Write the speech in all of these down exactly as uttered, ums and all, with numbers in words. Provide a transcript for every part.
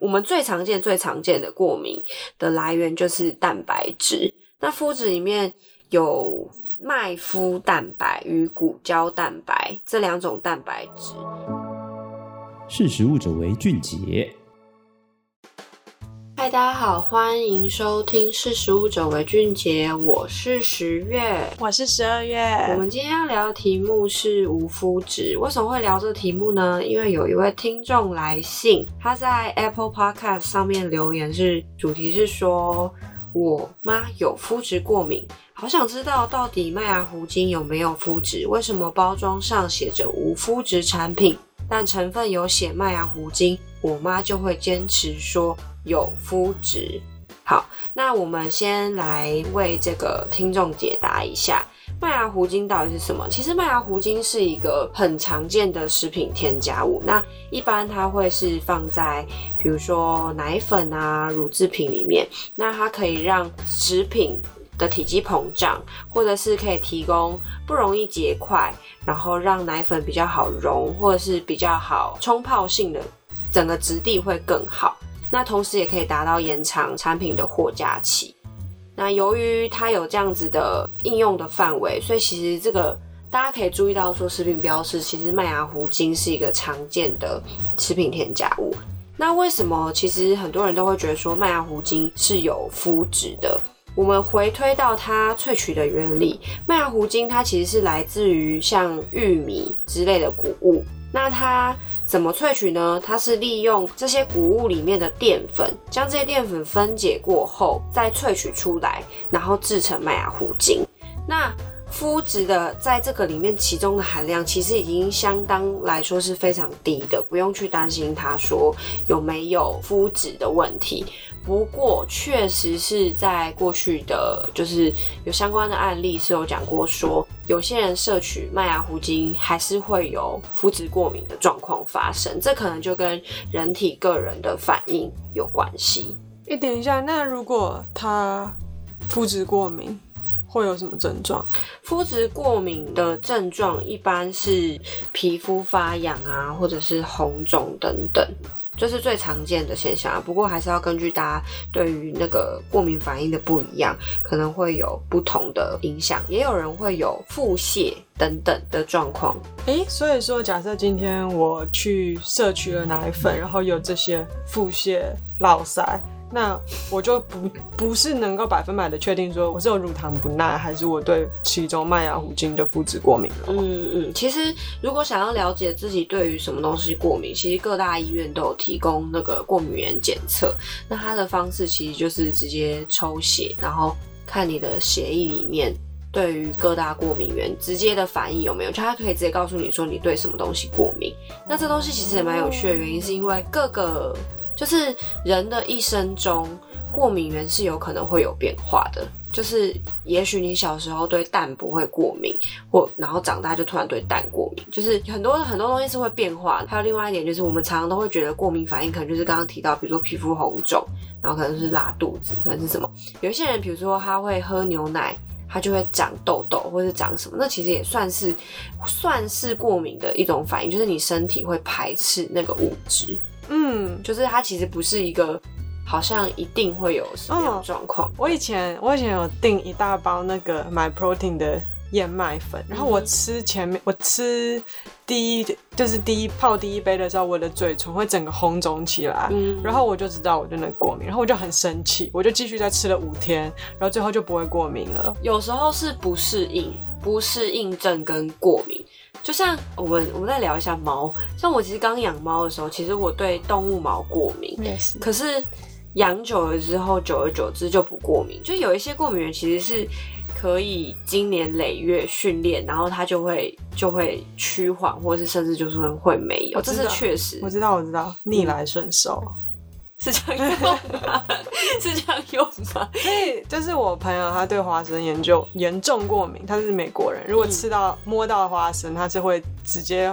我们最常见最常见的过敏的来源就是蛋白质。那麸质里面有麦麸蛋白与骨胶蛋白这两种蛋白质。 识时务者为俊杰。 嗨，大家好，欢迎收听识时务者为俊杰，我是十月， 我是十二月。 我们今天要聊的题目是无麸质。为什么会聊这个题目呢？因为有一位听众来信，他在 Apple Podcast 上面留言是，主题是说我妈有麸质过敏，好想知道到底麦芽糊精有没有麸质？为什么包装上写着无麸质产品，但成分有写麦芽糊精，我妈就会坚持说有麸质？好，那我们先来为这个听众解答一下，麦芽糊精到底是什么？其实麦芽糊精是一个很常见的食品添加物，那一般它会是放在比如说奶粉啊、乳制品里面，那它可以让食品的体积膨胀，或者是可以提供不容易结块，然后让奶粉比较好溶，或者是比较好冲泡性的，整个质地会更好。那同时也可以达到延长产品的货架期。那由于它有这样子的应用的范围，所以其实这个大家可以注意到说，食品标示其实麦芽糊精是一个常见的食品添加物。那为什么其实很多人都会觉得说麦芽糊精是有麸质的？我们回推到它萃取的原理，麦芽糊精它其实是来自于像玉米之类的谷物。那它怎么萃取呢？它是利用这些谷物里面的淀粉，将这些淀粉分解过后再萃取出来，然后制成麦芽糊精。那麸质的在这个里面其中的含量其实已经相当来说是非常低的，不用去担心它说有没有麸质的问题。不过确实是在过去的就是有相关的案例是有讲过说，有些人摄取麦芽糊精还是会有麸质过敏的状况发生，这可能就跟人体个人的反应有关系。 欸，等一下，那如果他麸质过敏会有什么症状？ 麸质过敏的症状一般是皮肤发痒啊，或者是红肿等等，这是最常见的现象啊。不过还是要根据大家对于那个过敏反应的不一样，可能会有不同的影响。也有人会有腹泻等等的状况。 诶，所以说假设今天我去摄取了奶粉，然后有这些腹泻、落腮，那我就不不是能够百分百的确定说我是有乳糖不耐，还是我对其中麦芽糊精的麸质过敏了。 嗯嗯，其实如果想要了解自己对于什么东西过敏，其实各大医院都有提供那个过敏原检测。那它的方式其实就是直接抽血，然后看你的血液里面对于各大过敏原直接的反应有没有，就它可以直接告诉你说你对什么东西过敏。那这东西其实也蛮有趣的原因是因为各个就是人的一生中，过敏源是有可能会有变化的。就是也许你小时候对蛋不会过敏，或然后长大就突然对蛋过敏，就是很多很多东西是会变化的。还有另外一点就是我们常常都会觉得过敏反应可能就是刚刚提到，比如说皮肤红肿，然后可能是拉肚子，可能是什么。有一些人比如说他会喝牛奶，它就会长痘痘或是长什么，那其实也算是算是过敏的一种反应，就是你身体会排斥那个物质。嗯，就是它其实不是一个好像一定会有什么样的状况。 我以前我以前有订一大包那个 MyProtein 的燕麦粉，然后我吃前面我吃第一就是第一泡第一杯的时候，我的嘴唇会整个红肿起来，嗯，然后我就知道我真的过敏，然后我就很生气，我就继续再吃了五天，然后最后就不会过敏了。 有时候是不适应，不适应症跟过敏。就像我们我们再聊一下猫，像我其实刚养猫的时候，其实我对动物毛过敏， yes. 可是养久了之后，久而久之就不过敏。就有一些过敏源其实是可以经年累月训练，然后它就会就会趋缓，或者是甚至就是会没有，这是确实。 我知道我知道，逆来顺受。嗯， 是这样用吗？是这样用吗？ 所以就是我朋友他对花生研究严重过敏，他是美国人，如果吃到、嗯、摸到花生，他是会直接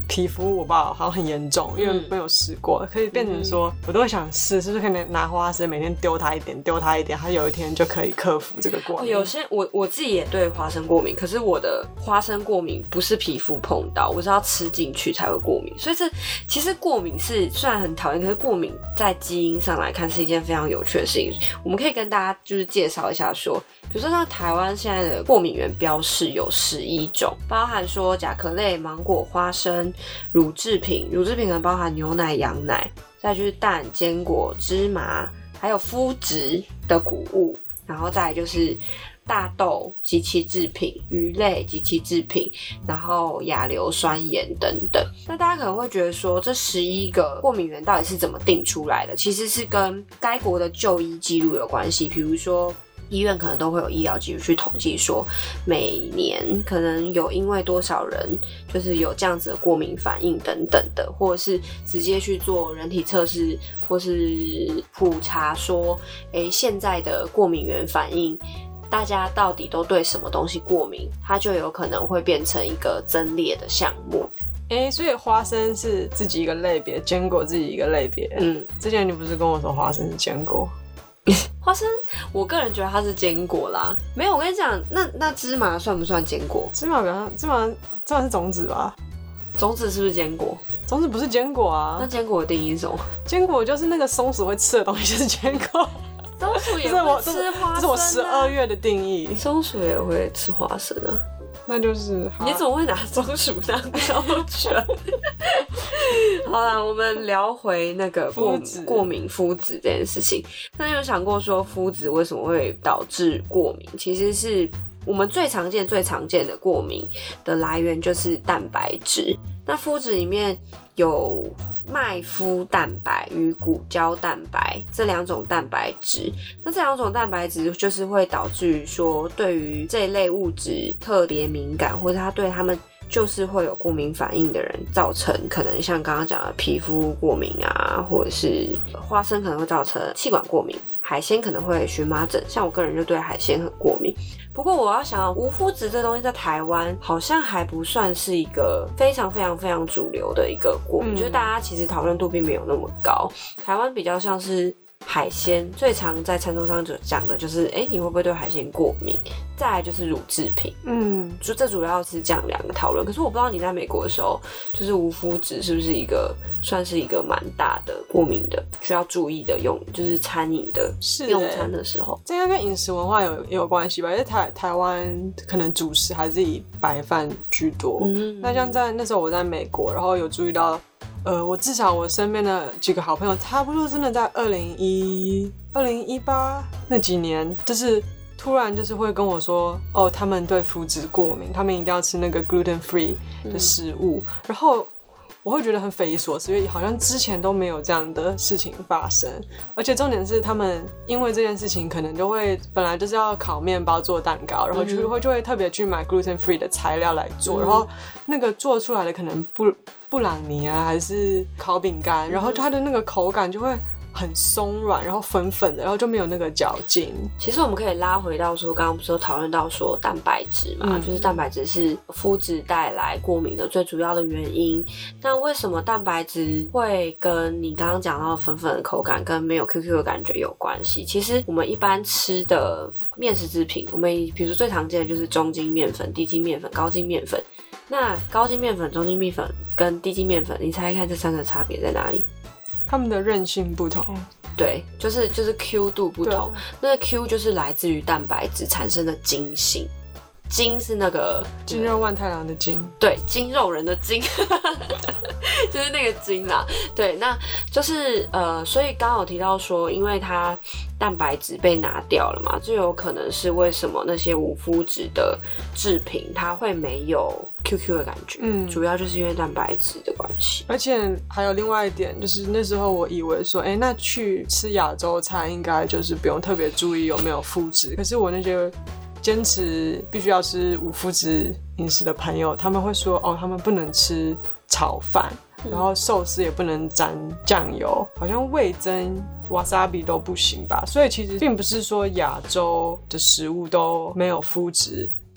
皮肤我吧好像很严重，因为没有试过，可以变成说我都会想试，是不是可能拿花生每天丢它一点，丢它一点，它有一天就可以克服这个过敏。 哦、有些我我自己也对花生过敏，可是我的花生过敏不是皮肤碰到，我是要吃进去才会过敏，所以这其实过敏是虽然很讨厌，可是过敏在基因上来看是一件非常有趣的事情。我们可以跟大家就是介绍一下说，比如说像台湾现在的过敏原标示有十一种，包含说甲壳类、芒果、花生、乳制品，乳制品可能包含牛奶、羊奶，再就是蛋、坚果、芝麻，还有麸质的谷物，然后再来就是大豆及其制品、鱼类及其制品，然后亚硫酸盐等等。那大家可能会觉得说，这十一个过敏源到底是怎么定出来的？其实是跟该国的就医记录有关系，比如说医院可能都会有医疗记录去统计说，每年可能有因为多少人就是有这样子的过敏反应等等的，或者是直接去做人体测试，或是普查说，诶，现在的过敏原反应，大家到底都对什么东西过敏，它就有可能会变成一个增列的项目。 哎，所以花生是自己一个类别，坚果自己一个类别。嗯，之前你不是跟我说花生是坚果？ 花生，我个人觉得它是坚果啦。没有，我跟你讲，那那芝麻算不算坚果？ 芝麻比较芝麻，芝麻是种子吧？ 种子是不是坚果？ 种子不是坚果啊。 那坚果的定义是什么？ 坚果就是那个松鼠会吃的东西，就是坚果。 松鼠也会吃花生、啊， 这是我十二月的定义。 松鼠也会吃花生啊。 那就是你怎么会拿松鼠当标准？好啦，我们聊回那个过过敏麸质这件事情。那你有想过说麸质为什么会导致过敏？其实是我们最常见、最常见的过敏的来源就是蛋白质。那麸质里面有麦麸蛋白与骨胶蛋白这两种蛋白质，那这两种蛋白质就是会导致于说对于这一类物质特别敏感，或者他对他们就是会有过敏反应的人，造成可能像刚刚讲的皮肤过敏啊，或者是花生可能会造成气管过敏，海鲜可能会荨麻疹，像我个人就对海鲜很过敏。不过我要想无麸质这东西在台湾好像还不算是一个非常非常非常主流的一个过敏，嗯、就是大家其实讨论度并没有那么高。台湾比较像是海鲜，最常在餐桌上讲的就是，哎、欸，你会不会对海鲜过敏？再来就是乳制品，嗯，就这主要是这样两个讨论。可是我不知道你在美国的时候，就是无麸质是不是一个算是一个蛮大的过敏的需要注意的用，就是餐饮的用餐的时候， 这应该跟饮食文化有也有关系吧？因为台台湾可能主食还是以白饭居多。嗯，那像在那时候我在美国，然后有注意到。呃，我至少我身边的几个好朋友，差不多真的在二零一二零一八那几年，就是突然就是会跟我说，哦，他们对麸质过敏，他们一定要吃那个 gluten free 的食物，嗯、然后我会觉得很匪夷所思，因为好像之前都没有这样的事情发生，而且重点是他们因为这件事情，可能就会本来就是要烤面包做蛋糕，然后就会就会特别去买 gluten free 的材料来做，嗯、然后那个做出来的可能不。布朗尼啊，还是烤饼干，然后它的那个口感就会很松软，然后粉粉的，然后就没有那个嚼劲。 其实我们可以拉回到说，刚刚不是有讨论到说蛋白质嘛，嗯、就是蛋白质是麸质带来过敏的最主要的原因。那为什么蛋白质会跟你刚刚讲到粉粉的口感跟没有 Q Q 的感觉有关系？其实我们一般吃的面食制品，我们比如说最常见的就是中筋面粉、低筋面粉、高筋面粉。那高筋面粉、中筋面粉跟低筋面粉，你猜看这三个差别在哪里？ 它们的韧性不同。 对，就是就是 Q 度不同。那个 Q 就是来自于蛋白质产生的筋性，筋是那个筋肉万太郎的筋， 对，筋肉人的筋，就是那个筋啦。对，那就是呃，所以刚好提到说，因为它蛋白质被拿掉了嘛，就有可能是为什么那些无麸质的制品它会没有 Q Q 的感觉，嗯，主要就是因为蛋白质的关系。 而且还有另外一点，就是那时候我以为说，哎、欸，那去吃亚洲菜应该就是不用特别注意有没有麸质，可是我那些坚持必须要吃无麸质饮食的朋友，他们会说，哦，他们不能吃炒饭。然后寿司也不能沾酱油，好像味噌 wasabi 都不行吧。所以其实并不是说亚洲的食物都没有麸质，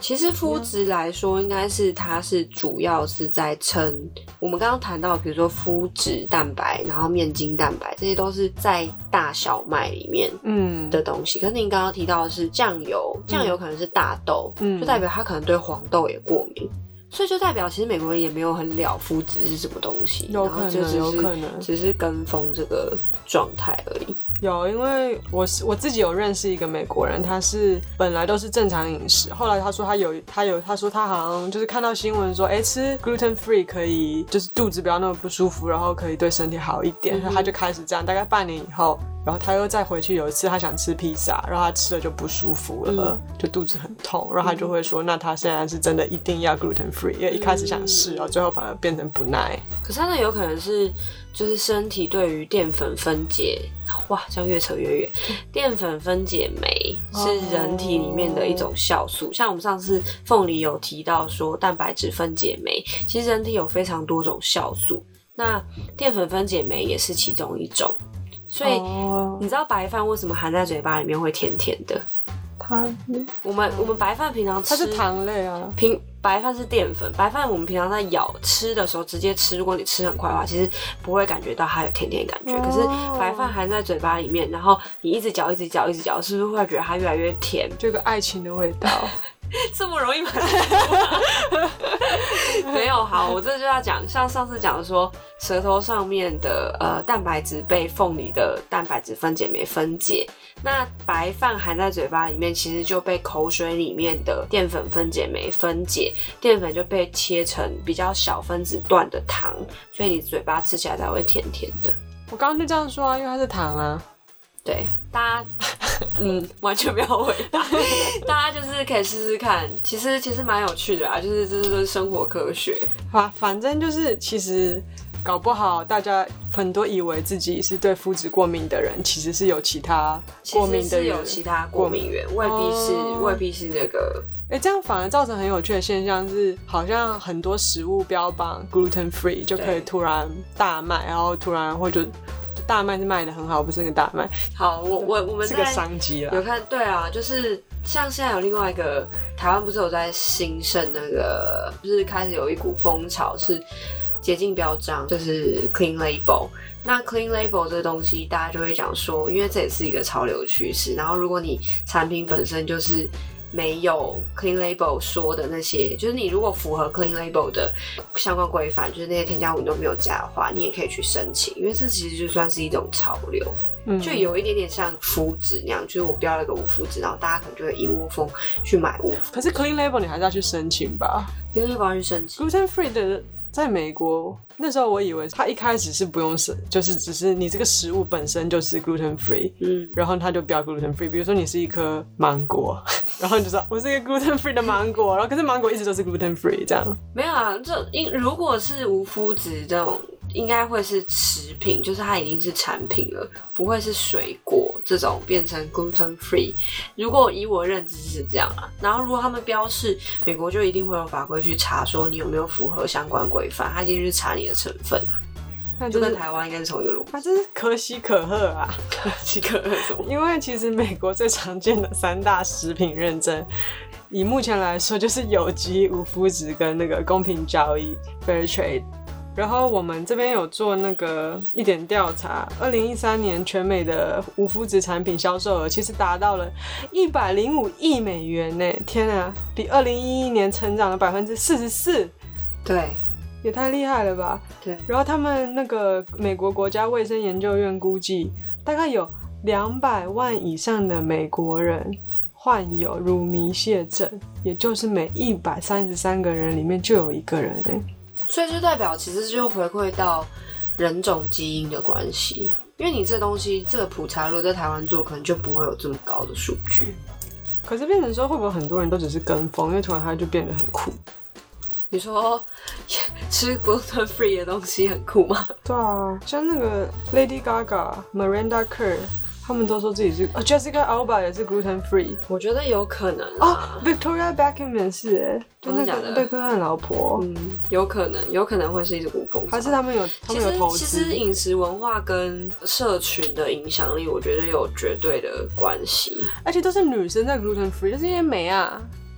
其实麸质来说，应该是它是主要是在称我们刚刚谈到，比如说麸质蛋白，然后面筋蛋白，这些都是在大小麦里面嗯的东西。可是您刚刚提到的是酱油，酱油可能是大豆，嗯，就代表它可能对黄豆也过敏。所以就代表其实美国人也没有很了麸质是什么东西， 有可能， 然后就有可能只是跟风这个状态而已。 有，因为我我自己有认识一个美国人，他是本来都是正常饮食，后来他说他有他有他说他好像就是看到新闻说，哎，吃 gluten free 可以就是肚子不要那么不舒服，然后可以对身体好一点，嗯、他就开始这样，大概半年以后。然后他又再回去，有一次他想吃披萨，然后他吃了就不舒服了，嗯、就肚子很痛，然后他就会说，嗯、那他现在是真的一定要 gluten free， 因为一开始想试，然后最后反而变成不耐。 可是他那有可能是就是身体对于淀粉分解，哇，这样越扯越远。淀粉分解酶是人体里面的一种酵素，哦、像我们上次凤梨有提到说蛋白质分解酶，其实人体有非常多种酵素，那淀粉分解酶也是其中一种。所以、oh. 你知道白饭为什么含在嘴巴里面会甜甜的？ 它我们我们白饭平常吃， 它是糖类啊。 平白饭是淀粉，白饭我们平常在咬吃的时候直接吃，如果你吃很快的话，其实不会感觉到它有甜甜的感觉。Oh. 可是白饭含在嘴巴里面，然后你一直嚼一直嚼一直嚼，是不是会觉得它越来越甜？ 就有个爱情的味道。 这么容易满足吗？没有，好，我这就要讲，像上次讲的说，舌头上面的呃蛋白质被凤梨的蛋白质分解酶分解，那白饭含在嘴巴里面，其实就被口水里面的淀粉分解酶分解，淀粉就被切成比较小分子段的糖，所以你嘴巴吃起来才会甜甜的。 我刚刚就这样说啊，因为它是糖啊。 对，大家嗯完全没有回答，大家就是可以试试看，其实其实蛮有趣的啦，就是这是生活科学。 反反正就是其实搞不好大家很多以为自己是对麸质过敏的人，其实是有其他过敏的人， 其实是有其他过敏源，未必是、哦、未必是那个。 哎，这样反而造成很有趣的现象是，好像很多食物标榜 gluten free 就可以突然大卖，然后突然或者。大麦是卖的很好，不是那个大麦。 好，我我我们是个商机啦。 有看对啊，就是像现在有另外一个台湾不是有在兴盛那个，就是开始有一股风潮是洁净标章，就是 clean label。那 clean label 这个东西，大家就会讲说，因为这也是一个潮流趋势。然后如果你产品本身就是没有 clean label 说的那些，就是你如果符合 clean label 的相关规范，就是那些添加物你都没有加的话，你也可以去申请，因为这其实就算是一种潮流，嗯、就有一点点像麸质那样，就是我标了一个无麸质，然后大家可能就会一窝蜂去买无麸。 可是 clean label 你还是要去申请吧 ？clean label 要去申请。 gluten free 的在美国那时候，我以为它一开始是不用申，就是只是你这个食物本身就是 gluten free， 嗯，然后它就标 gluten free。比如说你是一颗芒果，然后你就说我是一个 gluten free 的芒果，然后可是芒果一直都是 gluten free 这样。 没有啊，这如果是无麸质这种，应该会是食品，就是它已经是产品了，不会是水果这种变成 gluten free。如果以我认知是这样啊，然后如果他们标示，美国就一定会有法规去查说你有没有符合相关规范，他一定去查你的成分。那就跟台湾应该是同一个逻辑。 它真是可喜可贺啊！ 可喜可贺什么？ 因为其实美国最常见的三大食品认证，以目前来说就是有机、无麸质跟那个公平交易 （Fair Trade）。然后我们这边有做那个一点调查，二零一三年全美的无麸质产品销售额其实达到了一百零五亿美元呢！天啊，比二零一一年成长了百分之四十四。 对。 也太厉害了吧！ 对， 然后他们那个美国国家卫生研究院估计，大概有两百万以上的美国人患有乳糜泻症，也就是每一百三十三个人里面就有一个人哎。 所以就代表其实就回馈到人种基因的关系，因为你这东西这个普查如果在台湾做，可能就不会有这么高的数据。 可是变成说，会不会很多人都只是跟风，因为突然它就变得很酷？ 你说吃 gluten free 的东西很酷吗？ 对啊，像那个 Lady Gaga、Miranda Kerr， 他们都说自己是、哦、Jessica Alba 也是 gluten free。 我觉得有可能哦 ，Victoria Beckham 也是哎，就那个贝克汉老婆。 嗯，有可能，有可能会是一股风潮。 还是他们有，他们有投资。 其实饮食文化跟社群的影响力，我觉得有绝对的关系。 而且都是女生在 gluten free， 就是因为美啊。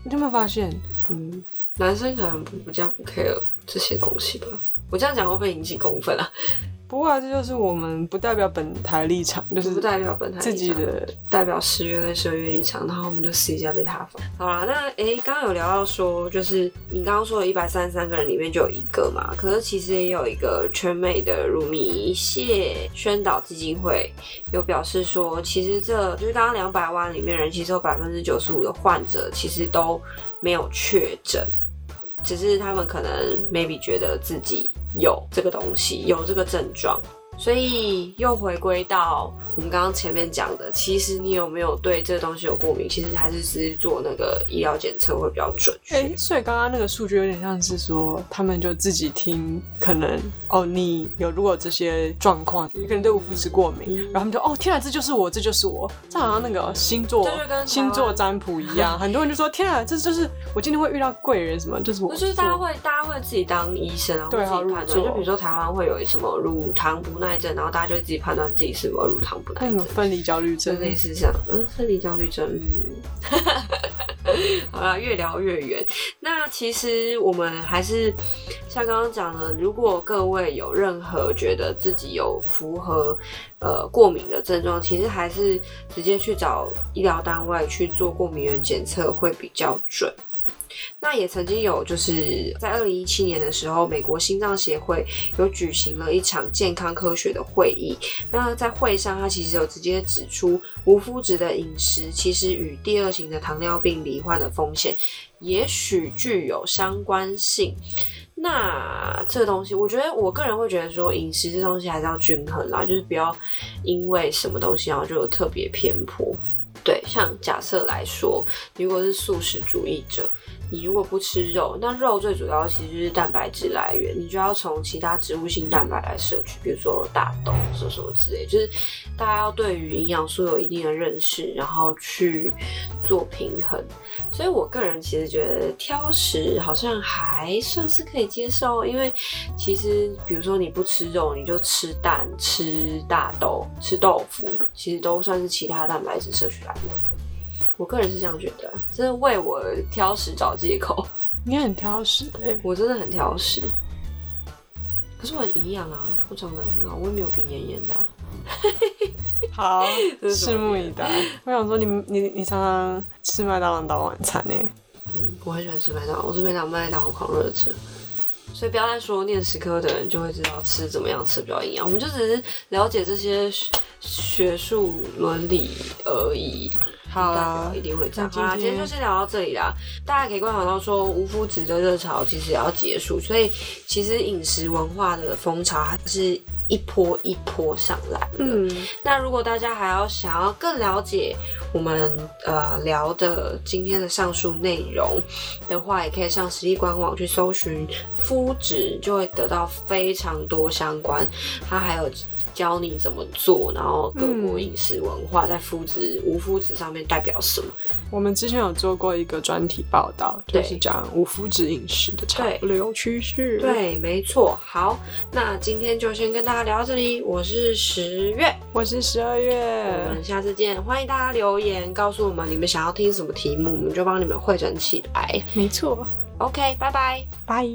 你有没有发现？ 嗯，男生可能比较不 care 这些东西吧。我这样讲会不会引起公愤啊？ 不过、啊、这就是我们不代表本台立场，就是不代表本台立场自己的， 代表十月跟十二月立场，然后我们就私底下被他放。好啦，那诶，刚刚有聊到说，就是你刚刚说的一百三十三个人里面就有一个嘛，可是其实也有一个全美的乳糜泻宣导基金会有表示说，其实这就是刚刚两百万里面人，其实有百分之九十五的患者其实都没有确诊。只是他们可能 maybe 觉得自己有这个东西，有这个症状，所以又回归到我们刚刚前面讲的，其实你有没有对这个东西有过敏，其实还是只是做那个医疗检测会比较准确。 欸，所以刚刚那个数据有点像是说，他们就自己听，可能哦，你有如果有这些状况，你可能对无麸质过敏，嗯、然后他们就哦，天啊，这就是我，这就是我，这好像那个星座星座占卜一样，很多人就说天啊，这就是我今天会遇到贵人什么，就是我。 就是大家会大家会自己当医生啊， 对， 自己判断。就比如说台湾会有什么乳糖不耐症，然后大家就会自己判断自己是否乳糖不耐症。 分离焦虑症， 类似这样，嗯，分离焦虑症，嗯，好啦，越聊越远。那其实我们还是像刚刚讲的，如果各位有任何觉得自己有符合呃过敏的症状，其实还是直接去找医疗单位去做过敏原检测会比较准。那也曾经有就是在二零一七年的时候，美国心脏协会有举行了一场健康科学的会议。那在会上，他其实有直接指出，无麸质的饮食其实与第二型的糖尿病罹患的风险也许具有相关性。那这个东西，我觉得我个人会觉得说，饮食这东西还是要均衡啦，就是不要因为什么东西然后就有特别偏颇。对，像假设来说，如果是素食主义者，你如果不吃肉，那肉最主要其实就是蛋白质来源，你就要从其他植物性蛋白来摄取，比如说大豆什么什么之类，就是大家要对于营养素有一定的认识，然后去做平衡。所以我个人其实觉得挑食好像还算是可以接受，因为其实比如说你不吃肉，你就吃蛋、吃大豆、吃豆腐，其实都算是其他蛋白质摄取来源。我个人是这样觉得，真的为我挑食找借口。 你很挑食欸。 我真的很挑食，可是我很营养啊，我长得很好，我也没有病恹恹的、啊。 好，拭目以待。我想说你，你你你常常吃麦当劳当晚餐呢？ 嗯，我很喜欢吃麦当劳，我是麦当麦当劳狂热者。所以不要再说念食科的人就会知道吃怎么样吃比较营养，我们就只是了解这些学术伦理而已。 好啦， 一定会这样。好啦，今天就先聊到这里啦。大家可以观察到说，无麸质的热潮其实也要结束，所以其实饮食文化的风潮它是一波一波上来的。嗯，那如果大家还要想要更了解我们呃聊的今天的上述内容的话，也可以上实力官网去搜寻麸质，就会得到非常多相关。它还有教你怎么做，然后各国饮食文化在麸质、无麸质上面代表什么。 我们之前有做过一个专题报道，就是讲无麸质饮食的潮流趋势。 对，没错。好，那今天就先跟大家聊到这里。我是十月， 我是十二月， 我们下次见。欢迎大家留言告诉我们你们想要听什么题目，我们就帮你们汇整起来。 没错。 OK， 拜拜， 拜。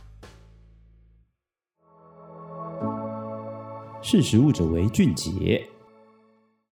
识时务者为俊杰。